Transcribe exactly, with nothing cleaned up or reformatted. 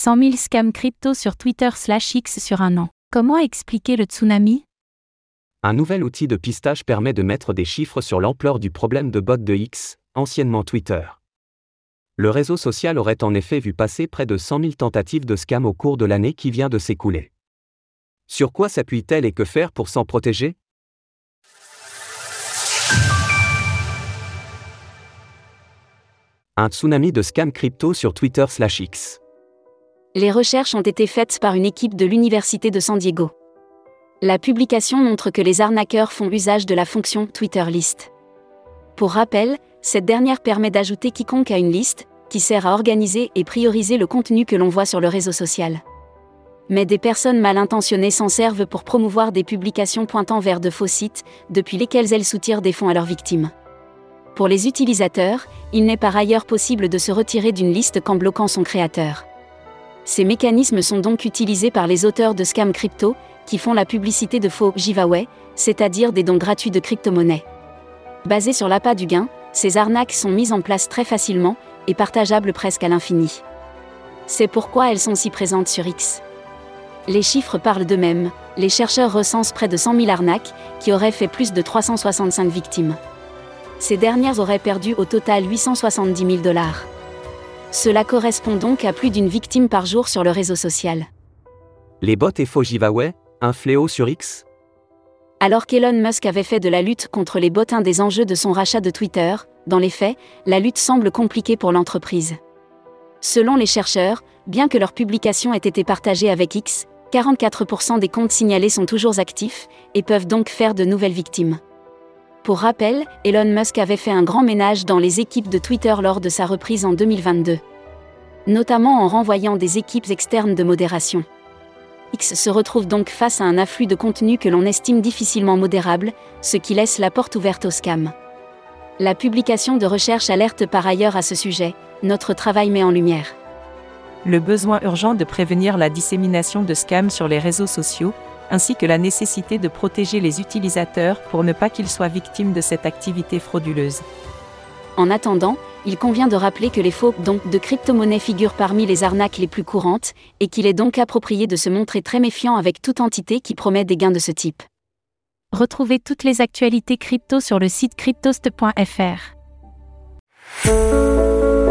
cent mille scams crypto sur Twitter slash X sur un an. Comment expliquer le tsunami ? Un nouvel outil de pistage permet de mettre des chiffres sur l'ampleur du problème de bots de X, anciennement Twitter. Le réseau social aurait en effet vu passer près de cent mille tentatives de scam au cours de l'année qui vient de s'écouler. Sur quoi s'appuie-t-elle et que faire pour s'en protéger ? Un tsunami de scam crypto sur Twitter slash X. Les recherches ont été faites par une équipe de l'Université de San Diego. La publication montre que les arnaqueurs font usage de la fonction Twitter List. Pour rappel, cette dernière permet d'ajouter quiconque à une liste, qui sert à organiser et prioriser le contenu que l'on voit sur le réseau social. Mais des personnes mal intentionnées s'en servent pour promouvoir des publications pointant vers de faux sites, depuis lesquels elles soutirent des fonds à leurs victimes. Pour les utilisateurs, il n'est par ailleurs possible de se retirer d'une liste qu'en bloquant son créateur. Ces mécanismes sont donc utilisés par les auteurs de scams crypto, qui font la publicité de faux giveaways, c'est-à-dire des dons gratuits de crypto-monnaies. Basés sur l'appât du gain, ces arnaques sont mises en place très facilement, et partageables presque à l'infini. C'est pourquoi elles sont si présentes sur X. Les chiffres parlent d'eux-mêmes, les chercheurs recensent près de cent mille arnaques, qui auraient fait plus de trois cent soixante-cinq victimes. Ces dernières auraient perdu au total huit cent soixante-dix mille dollars. Cela correspond donc à plus d'une victime par jour sur le réseau social. Les bots et faux giveaways, un fléau sur X ? Alors qu'Elon Musk avait fait de la lutte contre les bots un des enjeux de son rachat de Twitter, dans les faits, la lutte semble compliquée pour l'entreprise. Selon les chercheurs, bien que leurs publications aient été partagées avec X, quarante-quatre pour cent des comptes signalés sont toujours actifs, et peuvent donc faire de nouvelles victimes. Pour rappel, Elon Musk avait fait un grand ménage dans les équipes de Twitter lors de sa reprise en deux mille vingt-deux. Notamment en renvoyant des équipes externes de modération. X se retrouve donc face à un afflux de contenu que l'on estime difficilement modérable, ce qui laisse la porte ouverte aux scams. La publication de recherche alerte par ailleurs à ce sujet, notre travail met en lumière le besoin urgent de prévenir la dissémination de scams sur les réseaux sociaux, ainsi que la nécessité de protéger les utilisateurs pour ne pas qu'ils soient victimes de cette activité frauduleuse. En attendant, il convient de rappeler que les faux dons de crypto-monnaies figurent parmi les arnaques les plus courantes, et qu'il est donc approprié de se montrer très méfiant avec toute entité qui promet des gains de ce type. Retrouvez toutes les actualités crypto sur le site cryptost point f r.